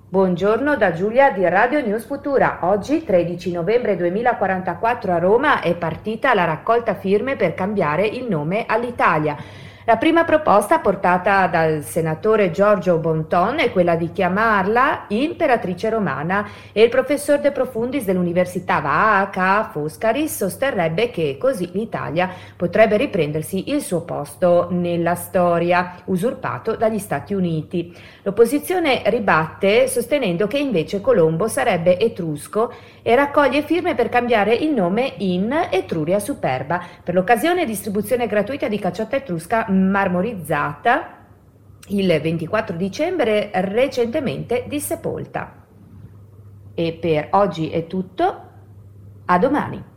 Buongiorno da Giulia di Radio News Futura. Oggi, 13 novembre 2044, a Roma è partita la raccolta firme per cambiare il nome all'Italia. La prima proposta portata dal senatore Giorgio Bonton è quella di chiamarla Imperatrice Romana e il professor De Profundis dell'Università Ca' Foscari sosterrebbe che così l'Italia potrebbe riprendersi il suo posto nella storia, usurpato dagli Stati Uniti. L'opposizione ribatte sostenendo che invece Colombo sarebbe etrusco e raccoglie firme per cambiare il nome in Etruria Superba. Per l'occasione distribuzione gratuita di caciotta etrusca marmorizzata il 24 dicembre recentemente dissepolta. E per oggi è tutto, a domani.